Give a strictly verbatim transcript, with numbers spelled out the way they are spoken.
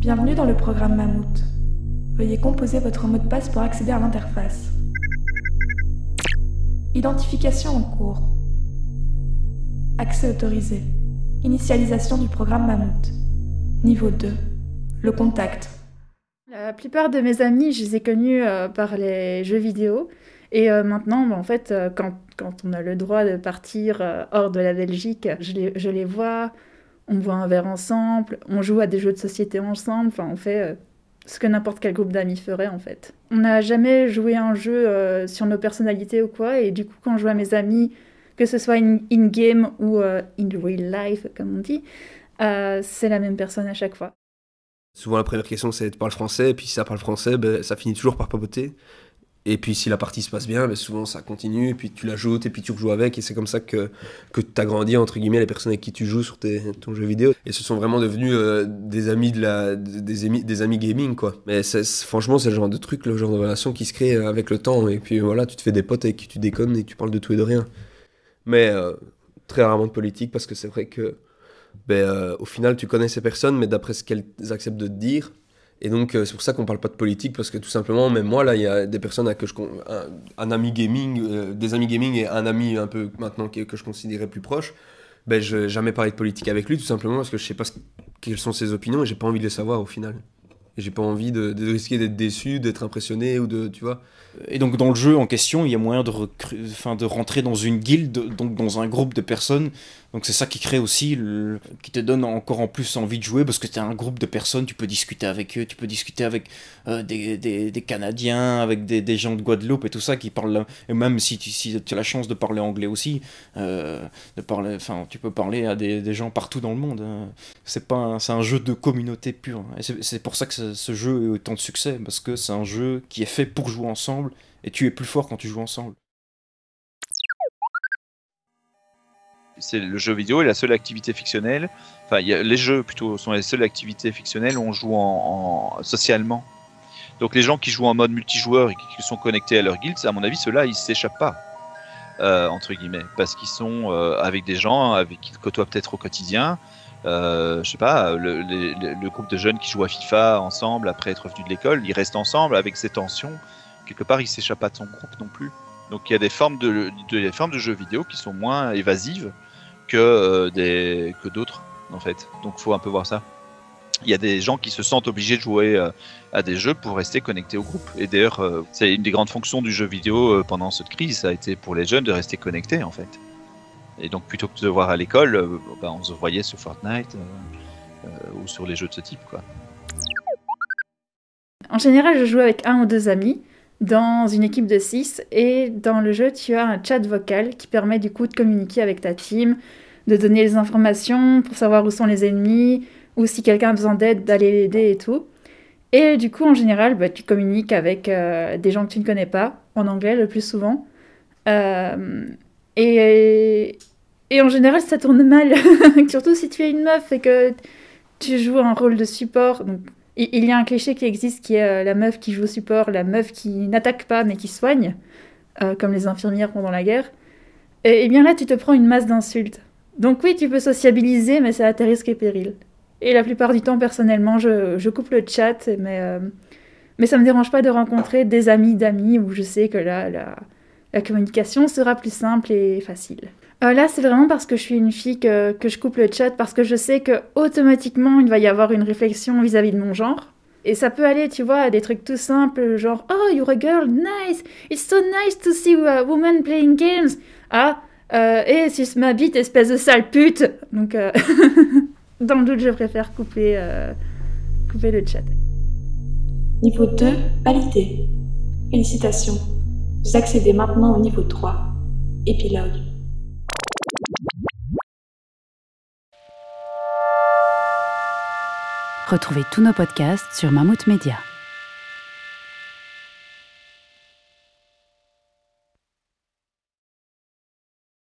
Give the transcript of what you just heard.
Bienvenue dans le programme Mammouth. Veuillez composer votre mot de passe pour accéder à l'interface. Identification en cours. Accès autorisé. Initialisation du programme Mammouth. Niveau deux. Le contact. La plupart de mes amis, je les ai connus euh, par les jeux vidéo. Et euh, maintenant, bah, en fait, euh, quand, quand on a le droit de partir euh, hors de la Belgique, je les, je les vois, on boit un verre ensemble, on joue à des jeux de société ensemble, enfin, on fait euh, ce que n'importe quel groupe d'amis ferait, en fait. On n'a jamais joué à un jeu euh, sur nos personnalités ou quoi, et du coup, quand je vois mes amis, que ce soit in- in-game ou euh, in real life, comme on dit, euh, c'est la même personne à chaque fois. Souvent, la première question, c'est tu parles français, et puis si ça parle français, ben, ça finit toujours par papoter. Et puis si la partie se passe bien, ben, souvent ça continue, et puis tu l'ajoutes, et puis tu rejoues avec, et c'est comme ça que, que tu as grandi, entre guillemets, les personnes avec qui tu joues sur tes, ton jeu vidéo. Et ce sont vraiment devenus euh, des amis de la, des, amis, des amis gaming, quoi. Mais c'est, c'est, franchement, c'est le genre de truc, le genre de relation qui se crée avec le temps, et puis voilà, tu te fais des potes avec qui tu déconnes, et tu parles de tout et de rien. Mais euh, très rarement de politique, parce que c'est vrai que ben, euh, au final, tu connais ces personnes, mais d'après ce qu'elles acceptent de te dire. Et donc, euh, c'est pour ça qu'on parle pas de politique, parce que tout simplement, même moi, là, il y a des personnes à que je... Un, un ami gaming, euh, des amis gaming et un ami un peu maintenant que, que je considérais plus proche, ben, je n'ai jamais parlé de politique avec lui, tout simplement parce que je sais pas ce, quelles sont ses opinions et j'ai pas envie de les savoir au final. Et j'ai pas envie de, de risquer d'être déçu, d'être impressionné ou de... Tu vois. Et donc dans le jeu en question, il y a moyen de, recru... enfin, de rentrer dans une guilde, donc dans un groupe de personnes. Donc c'est ça qui crée aussi, le... qui te donne encore en plus envie de jouer, parce que tu as un groupe de personnes, tu peux discuter avec eux, tu peux discuter avec euh, des, des, des Canadiens, avec des, des gens de Guadeloupe et tout ça qui parlent, et même si tu, si tu as la chance de parler anglais aussi, euh, de parler, enfin, tu peux parler à des, des gens partout dans le monde. Hein. C'est, pas un, c'est un jeu de communauté pure. Et c'est, c'est pour ça que ce, ce jeu a autant de succès, parce que c'est un jeu qui est fait pour jouer ensemble, et tu es plus fort quand tu joues ensemble. C'est le jeu vidéo est la seule activité fictionnelle. Enfin, y a, les jeux plutôt sont les seules activités fictionnelles où on joue en, en socialement. Donc les gens qui jouent en mode multijoueur et qui sont connectés à leur guilde, à mon avis, ceux-là, ils s'échappent pas euh, entre guillemets, parce qu'ils sont euh, avec des gens avec qui ils côtoient peut-être au quotidien. Euh, je sais pas, le, le, le groupe de jeunes qui jouent à FIFA ensemble après être revenus de l'école, ils restent ensemble avec ces tensions. Quelque part, ils s'échappent pas de son groupe non plus. Donc il y a des formes de, de, des formes de jeux vidéo qui sont moins évasives que, euh, des, que d'autres, en fait. Donc il faut un peu voir ça. Il y a des gens qui se sentent obligés de jouer euh, à des jeux pour rester connectés au groupe. Et d'ailleurs, euh, c'est une des grandes fonctions du jeu vidéo euh, pendant cette crise, ça a été pour les jeunes de rester connectés, en fait. Et donc plutôt que de se voir à l'école, euh, bah, on se voyait sur Fortnite euh, euh, ou sur les jeux de ce type, quoi. En général, je joue avec un ou deux amis dans une équipe de six, et dans le jeu, tu as un chat vocal qui permet du coup de communiquer avec ta team, de donner les informations pour savoir où sont les ennemis, ou si quelqu'un a besoin d'aide, d'aller l'aider et tout. Et du coup, en général, bah, tu communiques avec euh, des gens que tu ne connais pas, en anglais le plus souvent. Euh, et, et en général, ça tourne mal, surtout si tu es une meuf et que tu joues un rôle de support. Donc, il y a un cliché qui existe qui est euh, la meuf qui joue au support, la meuf qui n'attaque pas mais qui soigne, euh, comme les infirmières pendant la guerre. Et, et bien là, tu te prends une masse d'insultes. Donc oui, tu peux sociabiliser, mais c'est à tes risques et périls. Et la plupart du temps, personnellement, je, je coupe le chat, mais, euh, mais ça me dérange pas de rencontrer des amis d'amis où je sais que là, la, la communication sera plus simple et facile. Euh, là, c'est vraiment parce que je suis une fille que, que je coupe le chat, parce que je sais que automatiquement il va y avoir une réflexion vis-à-vis de mon genre. Et ça peut aller, tu vois, à des trucs tout simples, genre « Oh, you're a girl, nice! It's so nice to see a woman playing games! » Ah, euh, « Eh, suce ma bite, espèce de sale pute !» Donc, euh, dans le doute, je préfère couper, euh, couper le chat. Niveau deux, validé. Félicitations. Vous accédez maintenant au niveau trois. Épilogue. Retrouvez tous nos podcasts sur Mammouth Media.